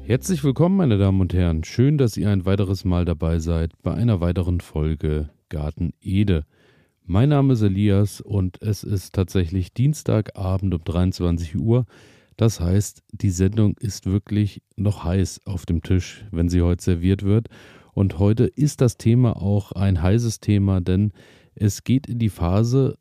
Herzlich willkommen, meine Damen und Herren. Schön, dass ihr ein weiteres Mal dabei seid bei einer weiteren Folge Garten Ede. Mein Name ist Elias und es ist tatsächlich Dienstagabend um 23 Uhr. Das heißt, die Sendung ist wirklich noch heiß auf dem Tisch, wenn sie heute serviert wird. Und heute ist das Thema auch ein heißes Thema, denn es geht in die Phase,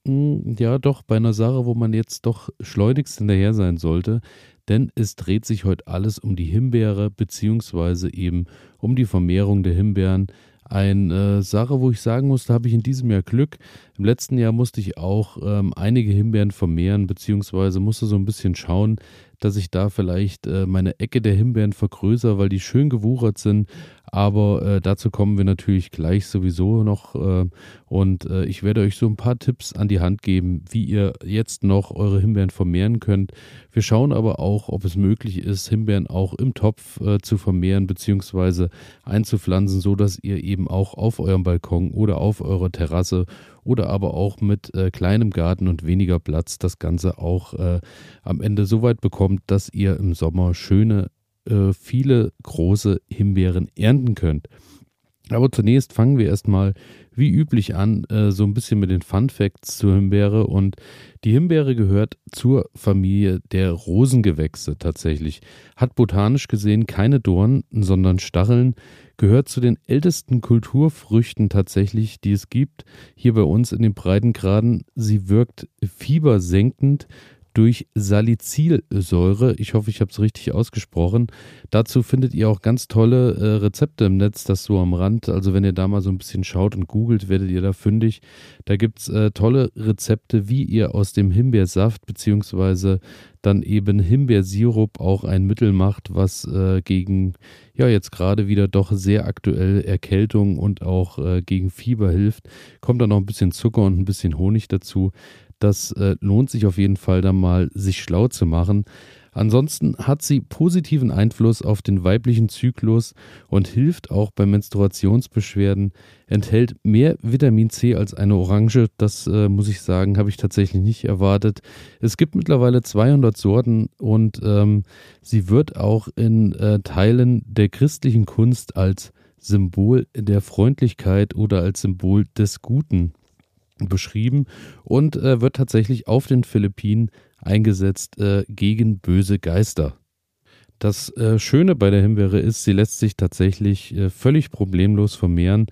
ja doch, bei einer Sache, wo man jetzt doch schleunigst hinterher sein sollte. Denn es dreht sich heute alles um die Himbeere, beziehungsweise eben um die Vermehrung der Himbeeren. Eine Sache, wo ich sagen muss, da habe ich in diesem Jahr Glück. Im letzten Jahr musste ich auch einige Himbeeren vermehren, beziehungsweise musste so ein bisschen schauen, dass ich da vielleicht meine Ecke der Himbeeren vergrößere, weil die schön gewuchert sind. Aber dazu kommen wir natürlich gleich sowieso noch. Und ich werde euch so ein paar Tipps an die Hand geben, wie ihr jetzt noch eure Himbeeren vermehren könnt. Wir schauen aber auch, ob es möglich ist, Himbeeren auch im Topf zu vermehren bzw. einzupflanzen, so dass ihr eben auch auf eurem Balkon oder auf eurer Terrasse oder aber auch mit kleinem Garten und weniger Platz das Ganze auch am Ende so weit bekommt, dass ihr im Sommer schöne, viele große Himbeeren ernten könnt. Aber zunächst fangen wir erstmal wie üblich an, so ein bisschen mit den Fun Facts zur Himbeere. Und die Himbeere gehört zur Familie der Rosengewächse tatsächlich. Hat botanisch gesehen keine Dornen, sondern Stacheln. Gehört zu den ältesten Kulturfrüchten tatsächlich, die es gibt. Hier bei uns in den Breitengraden. Sie wirkt fiebersenkend durch Salicylsäure. Ich hoffe, ich habe es richtig ausgesprochen. Dazu findet ihr auch ganz tolle Rezepte im Netz, das so am Rand. Also wenn ihr da mal so ein bisschen schaut und googelt, werdet ihr da fündig. Da gibt es tolle Rezepte, wie ihr aus dem Himbeersaft beziehungsweise dann eben Himbeersirup auch ein Mittel macht, was gegen, ja jetzt gerade wieder doch sehr aktuell Erkältung und auch gegen Fieber hilft. Kommt dann noch ein bisschen Zucker und ein bisschen Honig dazu. Das lohnt sich auf jeden Fall dann mal, sich schlau zu machen. Ansonsten hat sie positiven Einfluss auf den weiblichen Zyklus und hilft auch bei Menstruationsbeschwerden, enthält mehr Vitamin C als eine Orange. Das muss ich sagen, habe ich tatsächlich nicht erwartet. Es gibt mittlerweile 200 Sorten und sie wird auch in Teilen der christlichen Kunst als Symbol der Freundlichkeit oder als Symbol des Guten beschrieben und wird tatsächlich auf den Philippinen eingesetzt gegen böse Geister. Das Schöne bei der Himbeere ist, sie lässt sich tatsächlich völlig problemlos vermehren.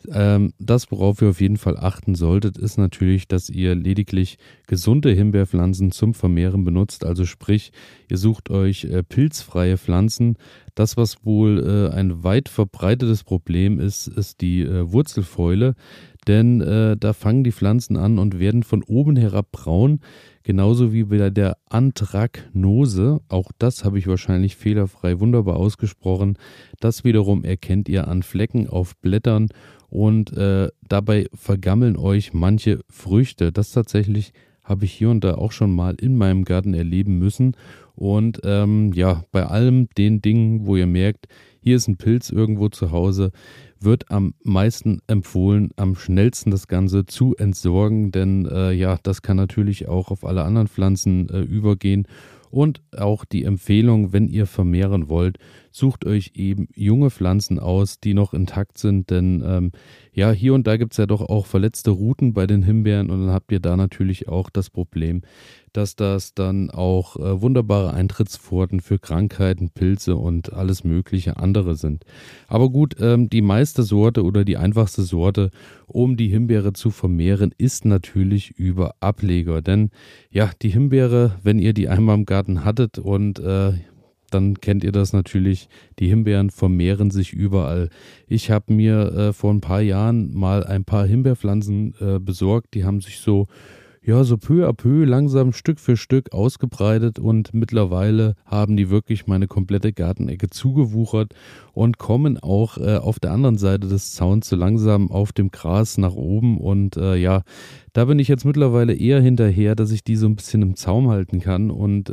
Das, worauf ihr auf jeden Fall achten solltet, ist natürlich, dass ihr lediglich gesunde Himbeerpflanzen zum Vermehren benutzt. Also sprich, ihr sucht euch pilzfreie Pflanzen. Das, was wohl ein weit verbreitetes Problem ist, ist die Wurzelfäule. Denn da fangen die Pflanzen an und werden von oben herab braun, genauso wie bei der Anthracnose. Auch das habe ich wahrscheinlich fehlerfrei wunderbar ausgesprochen. Das wiederum erkennt ihr an Flecken auf Blättern und dabei vergammeln euch manche Früchte. Das tatsächlich habe ich hier und da auch schon mal in meinem Garten erleben müssen. Und ja, bei allem den Dingen, wo ihr merkt, hier ist ein Pilz irgendwo zu Hause, wird am meisten empfohlen, am schnellsten das Ganze zu entsorgen, denn ja, das kann natürlich auch auf alle anderen Pflanzen übergehen. Und auch die Empfehlung, wenn ihr vermehren wollt, sucht euch eben junge Pflanzen aus, die noch intakt sind, denn ja, hier und da gibt es ja doch auch verletzte Ruten bei den Himbeeren und dann habt ihr da natürlich auch das Problem, dass das dann auch wunderbare Eintrittspforten für Krankheiten, Pilze und alles mögliche andere sind. Aber gut, die meiste Sorte oder die einfachste Sorte, um die Himbeere zu vermehren, ist natürlich über Ableger. Denn ja, die Himbeere, wenn ihr die einmal im Garten hattet und dann kennt ihr das natürlich, die Himbeeren vermehren sich überall. Ich habe mir vor ein paar Jahren mal ein paar Himbeerpflanzen besorgt, die haben sich so peu à peu, langsam Stück für Stück ausgebreitet und mittlerweile haben die wirklich meine komplette Gartenecke zugewuchert und kommen auch auf der anderen Seite des Zauns so langsam auf dem Gras nach oben und ja, da bin ich jetzt mittlerweile eher hinterher, dass ich die so ein bisschen im Zaum halten kann und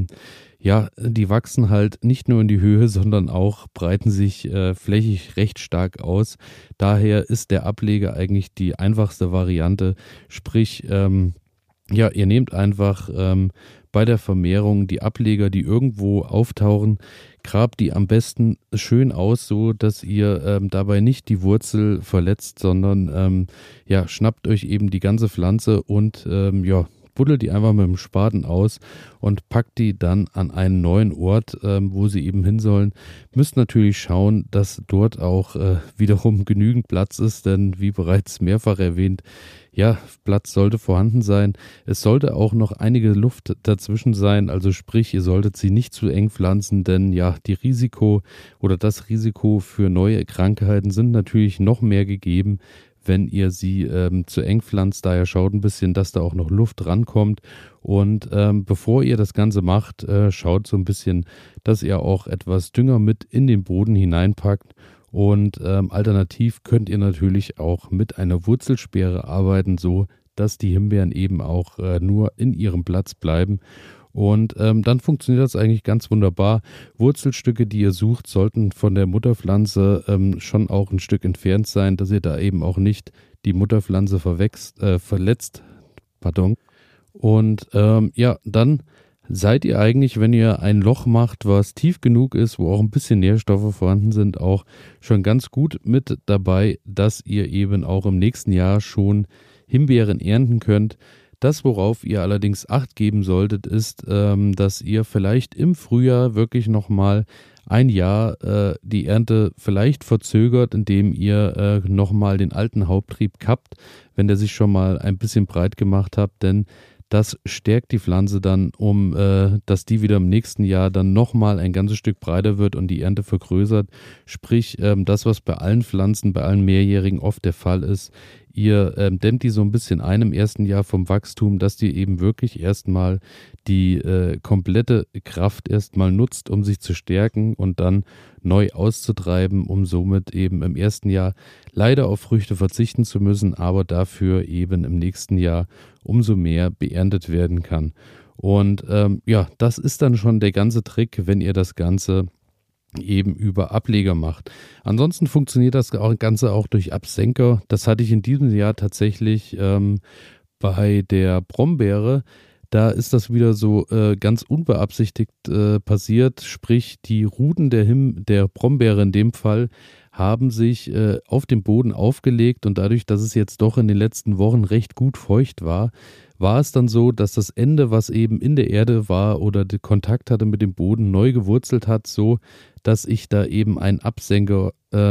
ja, die wachsen halt nicht nur in die Höhe, sondern auch breiten sich flächig recht stark aus. Daher ist der Ableger eigentlich die einfachste Variante. Sprich, ja, ihr nehmt einfach bei der Vermehrung die Ableger, die irgendwo auftauchen, grabt die am besten schön aus, so dass ihr dabei nicht die Wurzel verletzt, sondern schnappt euch eben die ganze Pflanze und buddelt die einfach mit dem Spaten aus und packt die dann an einen neuen Ort, wo sie eben hin sollen. Müsst natürlich schauen, dass dort auch wiederum genügend Platz ist, denn wie bereits mehrfach erwähnt, ja, Platz sollte vorhanden sein. Es sollte auch noch einige Luft dazwischen sein, also sprich, ihr solltet sie nicht zu eng pflanzen, denn ja, das Risiko für neue Krankheiten sind natürlich noch mehr gegeben, wenn ihr sie zu eng pflanzt. Daher schaut ein bisschen, dass da auch noch Luft rankommt. Und bevor ihr das Ganze macht, schaut so ein bisschen, dass ihr auch etwas Dünger mit in den Boden hineinpackt. Und alternativ könnt ihr natürlich auch mit einer Wurzelsperre arbeiten, so dass die Himbeeren eben auch nur in ihrem Platz bleiben. Und dann funktioniert das eigentlich ganz wunderbar. Wurzelstücke, die ihr sucht, sollten von der Mutterpflanze schon auch ein Stück entfernt sein, dass ihr da eben auch nicht die Mutterpflanze verletzt. Pardon. Und dann seid ihr eigentlich, wenn ihr ein Loch macht, was tief genug ist, wo auch ein bisschen Nährstoffe vorhanden sind, auch schon ganz gut mit dabei, dass ihr eben auch im nächsten Jahr schon Himbeeren ernten könnt. Das, worauf ihr allerdings Acht geben solltet, ist, dass ihr vielleicht im Frühjahr wirklich nochmal ein Jahr die Ernte vielleicht verzögert, indem ihr nochmal den alten Haupttrieb kappt, wenn der sich schon mal ein bisschen breit gemacht habt, denn das stärkt die Pflanze dann, dass die wieder im nächsten Jahr dann nochmal ein ganzes Stück breiter wird und die Ernte vergrößert. Sprich, das, was bei allen Pflanzen, bei allen Mehrjährigen oft der Fall ist, ihr dämmt die so ein bisschen ein im ersten Jahr vom Wachstum, dass die eben wirklich erstmal die komplette Kraft erstmal nutzt, um sich zu stärken und dann neu auszutreiben, um somit eben im ersten Jahr leider auf Früchte verzichten zu müssen, aber dafür eben im nächsten Jahr umso mehr beerntet werden kann. Und das ist dann schon der ganze Trick, wenn ihr das Ganze eben über Ableger macht. Ansonsten funktioniert das Ganze auch durch Absenker. Das hatte ich in diesem Jahr tatsächlich bei der Brombeere. Da ist das wieder so ganz unbeabsichtigt passiert, sprich die Ruten der Brombeere in dem Fall haben sich auf dem Boden aufgelegt und dadurch, dass es jetzt doch in den letzten Wochen recht gut feucht war, war es dann so, dass das Ende, was eben in der Erde war oder den Kontakt hatte mit dem Boden, neu gewurzelt hat, so dass ich da eben einen Absenker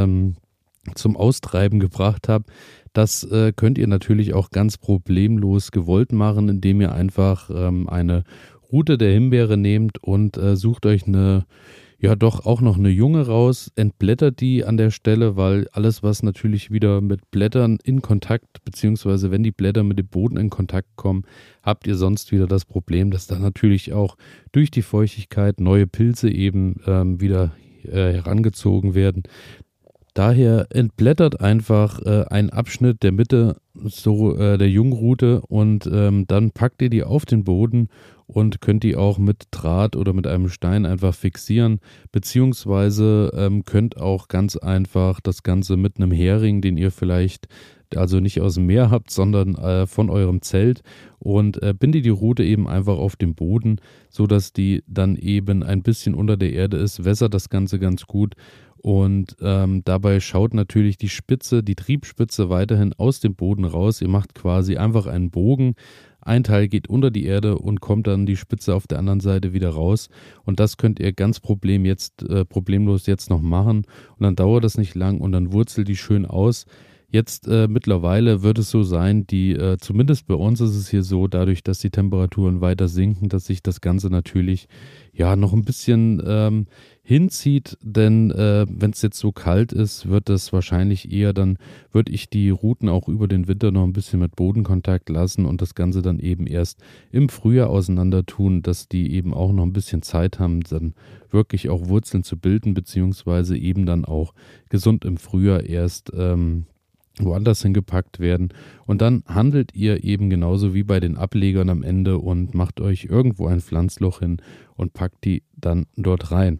zum Austreiben gebracht habe. Das könnt ihr natürlich auch ganz problemlos gewollt machen, indem ihr einfach eine Rute der Himbeere nehmt und sucht euch auch noch eine junge raus, entblättert die an der Stelle, weil alles, was natürlich wieder mit Blättern in Kontakt, beziehungsweise wenn die Blätter mit dem Boden in Kontakt kommen, habt ihr sonst wieder das Problem, dass da natürlich auch durch die Feuchtigkeit neue Pilze eben wieder herangezogen werden. Daher entblättert einfach einen Abschnitt der Mitte der Jungrute und dann packt ihr die auf den Boden und könnt die auch mit Draht oder mit einem Stein einfach fixieren, beziehungsweise könnt auch ganz einfach das Ganze mit einem Hering, den ihr vielleicht also nicht aus dem Meer habt, sondern von eurem Zelt und bindet die Rute eben einfach auf den Boden, sodass die dann eben ein bisschen unter der Erde ist, wässert das Ganze ganz gut. Und dabei schaut natürlich die Triebspitze weiterhin aus dem Boden raus. Ihr macht quasi einfach einen Bogen. Ein Teil geht unter die Erde und kommt dann die Spitze auf der anderen Seite wieder raus. Und das könnt ihr ganz problemlos jetzt noch machen. Und dann dauert das nicht lang und dann wurzelt die schön aus. Jetzt mittlerweile wird es so sein, zumindest bei uns ist es hier so, dadurch, dass die Temperaturen weiter sinken, dass sich das Ganze natürlich noch ein bisschen hinzieht, denn wenn es jetzt so kalt ist, wird das wahrscheinlich würde ich die Ruten auch über den Winter noch ein bisschen mit Bodenkontakt lassen und das Ganze dann eben erst im Frühjahr auseinander tun, dass die eben auch noch ein bisschen Zeit haben, dann wirklich auch Wurzeln zu bilden, beziehungsweise eben dann auch gesund im Frühjahr erst woanders hingepackt werden und dann handelt ihr eben genauso wie bei den Ablegern am Ende und macht euch irgendwo ein Pflanzloch hin und packt die dann dort rein.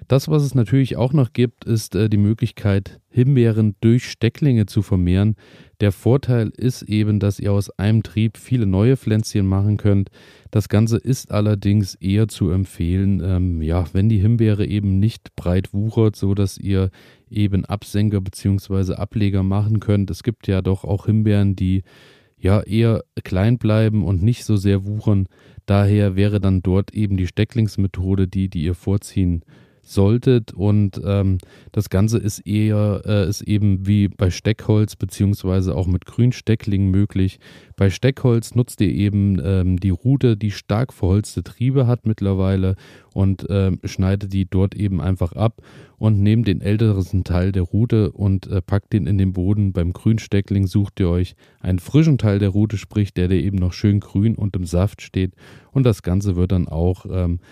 Das, was es natürlich auch noch gibt, ist die Möglichkeit, Himbeeren durch Stecklinge zu vermehren. Der Vorteil ist eben, dass ihr aus einem Trieb viele neue Pflänzchen machen könnt. Das Ganze ist allerdings eher zu empfehlen, wenn die Himbeere eben nicht breit wuchert, so dass ihr eben Absenker bzw. Ableger machen könnt. Es gibt ja doch auch Himbeeren, die ja eher klein bleiben und nicht so sehr wuchern. Daher wäre dann dort eben die Stecklingsmethode die ihr vorziehen solltet. Und das Ganze ist ist eben wie bei Steckholz beziehungsweise auch mit Grünstecklingen möglich. Bei Steckholz nutzt ihr eben die Rute, die stark verholzte Triebe hat mittlerweile, und schneidet die dort eben einfach ab und nehmt den älteren Teil der Rute und packt den in den Boden. Beim Grünsteckling sucht ihr euch einen frischen Teil der Rute, sprich der eben noch schön grün und im Saft steht, und das Ganze wird dann auch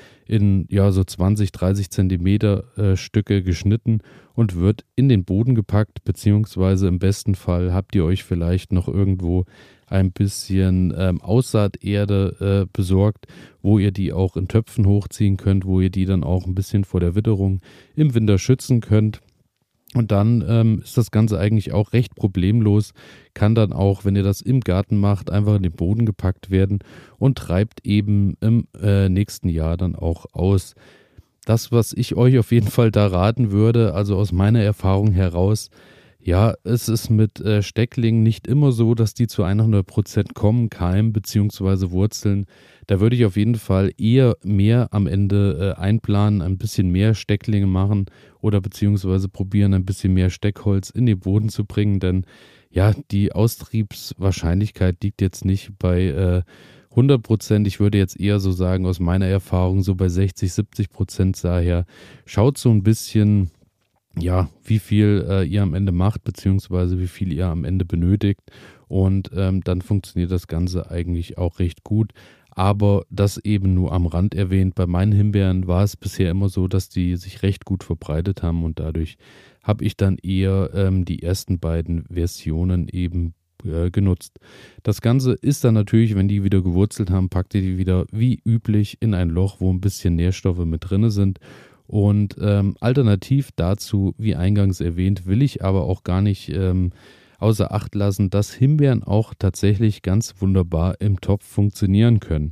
in so 20, 30 Zentimeter Stücke geschnitten und wird in den Boden gepackt, beziehungsweise im besten Fall habt ihr euch vielleicht noch irgendwo ein bisschen Aussaaterde besorgt, wo ihr die auch in Töpfen hochziehen könnt, wo ihr die dann auch ein bisschen vor der Witterung im Winter schützen könnt. Und dann ist das Ganze eigentlich auch recht problemlos, kann dann auch, wenn ihr das im Garten macht, einfach in den Boden gepackt werden und treibt eben im nächsten Jahr dann auch aus. Das, was ich euch auf jeden Fall da raten würde, also aus meiner Erfahrung heraus, ja, es ist mit Stecklingen nicht immer so, dass die zu 100% kommen, Keim bzw. Wurzeln. Da würde ich auf jeden Fall eher mehr am Ende einplanen, ein bisschen mehr Stecklinge machen oder beziehungsweise probieren, ein bisschen mehr Steckholz in den Boden zu bringen, denn ja, die Austriebswahrscheinlichkeit liegt jetzt nicht bei 100%. Ich würde jetzt eher so sagen, aus meiner Erfahrung so bei 60-70%. Daher schaut so ein bisschen, ja, wie viel ihr am Ende macht, beziehungsweise wie viel ihr am Ende benötigt, und dann funktioniert das Ganze eigentlich auch recht gut. Aber das eben nur am Rand erwähnt. Bei meinen Himbeeren war es bisher immer so, dass die sich recht gut verbreitet haben, und dadurch habe ich dann eher die ersten beiden Versionen eben genutzt. Das Ganze ist dann natürlich, wenn die wieder gewurzelt haben, packt ihr die wieder wie üblich in ein Loch, wo ein bisschen Nährstoffe mit drin sind. Und alternativ dazu, wie eingangs erwähnt, will ich aber auch gar nicht außer Acht lassen, dass Himbeeren auch tatsächlich ganz wunderbar im Topf funktionieren können.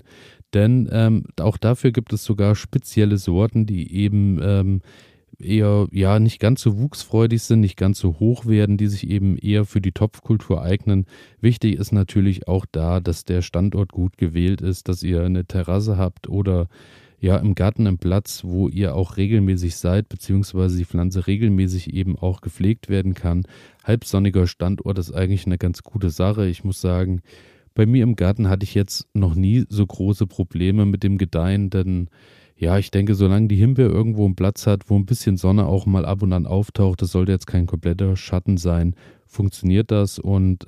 Denn auch dafür gibt es sogar spezielle Sorten, die eben eher nicht ganz so wuchsfreudig sind, nicht ganz so hoch werden, die sich eben eher für die Topfkultur eignen. Wichtig ist natürlich auch da, dass der Standort gut gewählt ist, dass ihr eine Terrasse habt oder im Garten einen Platz, wo ihr auch regelmäßig seid, beziehungsweise die Pflanze regelmäßig eben auch gepflegt werden kann. Halbsonniger Standort ist eigentlich eine ganz gute Sache. Ich muss sagen, bei mir im Garten hatte ich jetzt noch nie so große Probleme mit dem Gedeihen, denn ich denke, solange die Himbeere irgendwo einen Platz hat, wo ein bisschen Sonne auch mal ab und an auftaucht, das sollte jetzt kein kompletter Schatten sein, funktioniert das. Und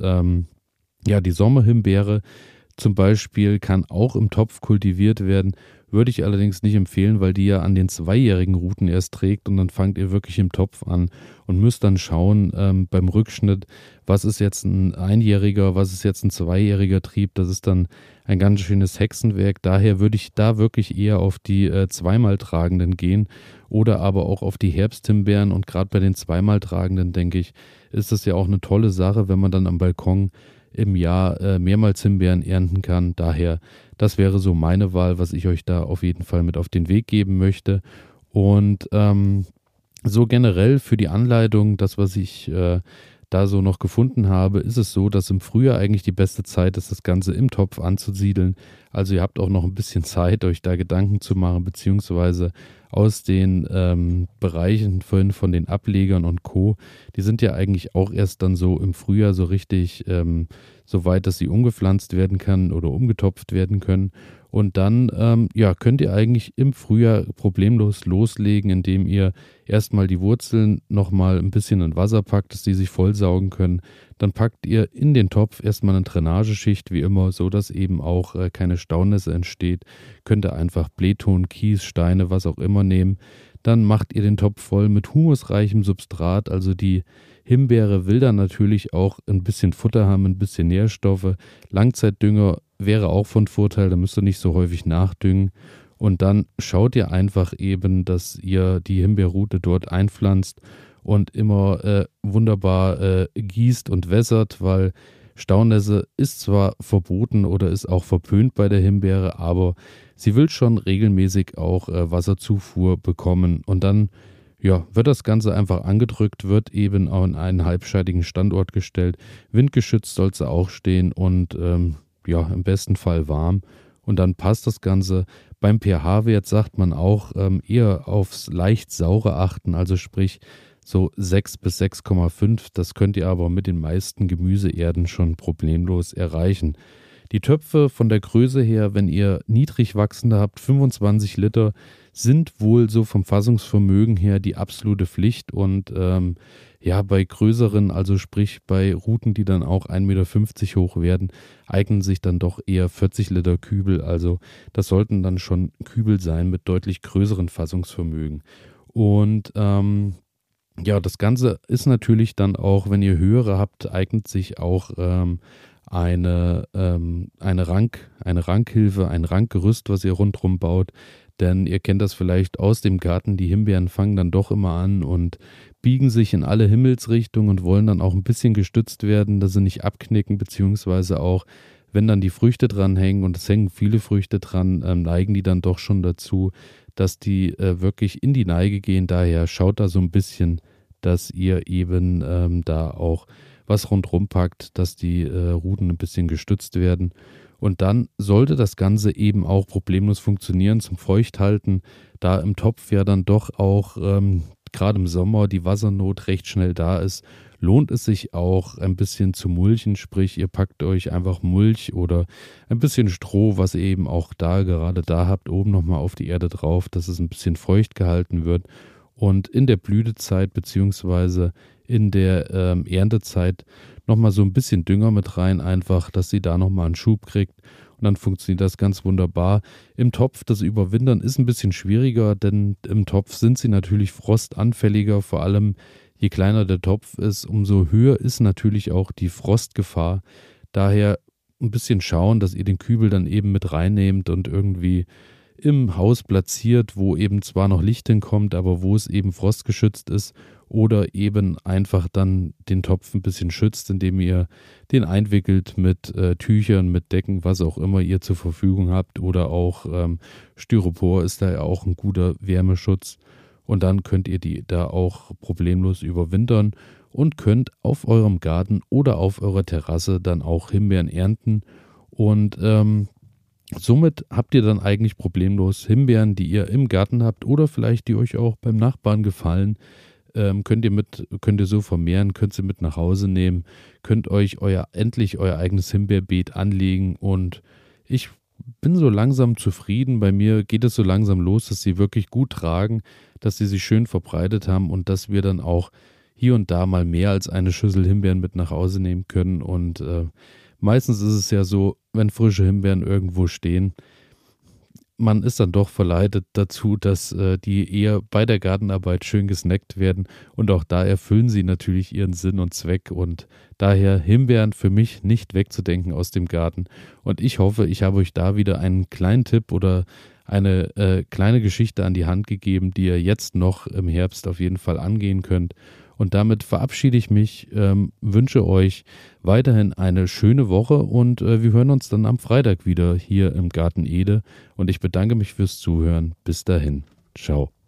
die Sommerhimbeere zum Beispiel kann auch im Topf kultiviert werden, würde ich allerdings nicht empfehlen, weil die ja an den zweijährigen Ruten erst trägt, und dann fangt ihr wirklich im Topf an und müsst dann schauen beim Rückschnitt, was ist jetzt ein einjähriger, was ist jetzt ein zweijähriger Trieb. Das ist dann ein ganz schönes Hexenwerk. Daher würde ich da wirklich eher auf die zweimal tragenden gehen oder aber auch auf die Herbsthimbeeren, und gerade bei den zweimal tragenden, denke ich, ist das ja auch eine tolle Sache, wenn man dann am Balkon im Jahr mehrmals Himbeeren ernten kann. Daher, das wäre so meine Wahl, was ich euch da auf jeden Fall mit auf den Weg geben möchte. Und so generell für die Anleitung, das, was ich da so noch gefunden habe, ist es so, dass im Frühjahr eigentlich die beste Zeit ist, das Ganze im Topf anzusiedeln. Also ihr habt auch noch ein bisschen Zeit, euch da Gedanken zu machen, beziehungsweise aus den Bereichen von den Ablegern und Co., die sind ja eigentlich auch erst dann so im Frühjahr so richtig so weit, dass sie umgepflanzt werden kann oder umgetopft werden können. Und dann könnt ihr eigentlich im Frühjahr problemlos loslegen, indem ihr erstmal die Wurzeln nochmal ein bisschen in Wasser packt, dass die sich vollsaugen können. Dann packt ihr in den Topf erstmal eine Drainageschicht, wie immer, so dass eben auch keine Staunässe entsteht. Könnt ihr einfach Blähton, Kies, Steine, was auch immer nehmen. Dann macht ihr den Topf voll mit humusreichem Substrat, also die Himbeere will dann natürlich auch ein bisschen Futter haben, ein bisschen Nährstoffe. Langzeitdünger wäre auch von Vorteil, da müsst ihr nicht so häufig nachdüngen. Und dann schaut ihr einfach eben, dass ihr die Himbeerrute dort einpflanzt und immer wunderbar gießt und wässert, weil Staunässe ist zwar verboten oder ist auch verpönt bei der Himbeere, aber sie will schon regelmäßig auch Wasserzufuhr bekommen. Und dann wird das Ganze einfach angedrückt, wird eben an einen halbscheidigen Standort gestellt. Windgeschützt soll sie auch stehen und im besten Fall warm. Und dann passt das Ganze. Beim pH-Wert sagt man auch eher aufs leicht saure achten, also sprich so 6 bis 6,5. Das könnt ihr aber mit den meisten Gemüseerden schon problemlos erreichen. Die Töpfe von der Größe her, wenn ihr niedrig wachsende habt, 25 Liter, sind wohl so vom Fassungsvermögen her die absolute Pflicht. Und bei größeren, also sprich bei Ruten, die dann auch 1,50 Meter hoch werden, eignen sich dann doch eher 40 Liter Kübel. Also das sollten dann schon Kübel sein mit deutlich größeren Fassungsvermögen. Und das Ganze ist natürlich dann auch, wenn ihr höhere habt, eignet sich auch eine Rankhilfe, ein Rankgerüst, was ihr rundherum baut. Denn ihr kennt das vielleicht aus dem Garten, die Himbeeren fangen dann doch immer an und biegen sich in alle Himmelsrichtungen und wollen dann auch ein bisschen gestützt werden, dass sie nicht abknicken, beziehungsweise auch, wenn dann die Früchte dran hängen und es hängen viele Früchte dran, neigen die dann doch schon dazu, dass die wirklich in die Neige gehen. Daher schaut da so ein bisschen, dass ihr eben da auch was rundherum packt, dass die Ruten ein bisschen gestützt werden. Und dann sollte das Ganze eben auch problemlos funktionieren zum Feuchthalten, da im Topf ja dann doch auch gerade im Sommer die Wassernot recht schnell da ist, lohnt es sich auch ein bisschen zu mulchen, sprich ihr packt euch einfach Mulch oder ein bisschen Stroh, was ihr eben auch gerade da habt, oben nochmal auf die Erde drauf, dass es ein bisschen feucht gehalten wird. Und in der Blütezeit beziehungsweise in der Erntezeit nochmal so ein bisschen Dünger mit rein, einfach, dass sie da nochmal einen Schub kriegt. Und dann funktioniert das ganz wunderbar. Im Topf, das Überwintern ist ein bisschen schwieriger, denn im Topf sind sie natürlich frostanfälliger. Vor allem, je kleiner der Topf ist, umso höher ist natürlich auch die Frostgefahr. Daher ein bisschen schauen, dass ihr den Kübel dann eben mit reinnehmt und irgendwie im Haus platziert, wo eben zwar noch Licht hinkommt, aber wo es eben frostgeschützt ist, oder eben einfach dann den Topf ein bisschen schützt, indem ihr den einwickelt mit Tüchern, mit Decken, was auch immer ihr zur Verfügung habt, oder auch Styropor ist da ja auch ein guter Wärmeschutz, und dann könnt ihr die da auch problemlos überwintern und könnt auf eurem Garten oder auf eurer Terrasse dann auch Himbeeren ernten. Und somit habt ihr dann eigentlich problemlos Himbeeren, die ihr im Garten habt oder vielleicht die euch auch beim Nachbarn gefallen. Könnt ihr so vermehren, könnt sie mit nach Hause nehmen, könnt euch endlich euer eigenes Himbeerbeet anlegen, und ich bin so langsam zufrieden. Bei mir geht es so langsam los, dass sie wirklich gut tragen, dass sie sich schön verbreitet haben und dass wir dann auch hier und da mal mehr als eine Schüssel Himbeeren mit nach Hause nehmen können. Und meistens ist es ja so, wenn frische Himbeeren irgendwo stehen, man ist dann doch verleitet dazu, dass die eher bei der Gartenarbeit schön gesnackt werden, und auch da erfüllen sie natürlich ihren Sinn und Zweck, und daher Himbeeren für mich nicht wegzudenken aus dem Garten. Und ich hoffe, ich habe euch da wieder einen kleinen Tipp oder eine kleine Geschichte an die Hand gegeben, die ihr jetzt noch im Herbst auf jeden Fall angehen könnt. Und damit verabschiede ich mich, wünsche euch weiterhin eine schöne Woche, und wir hören uns dann am Freitag wieder hier im Garten Ede. Und ich bedanke mich fürs Zuhören. Bis dahin. Ciao.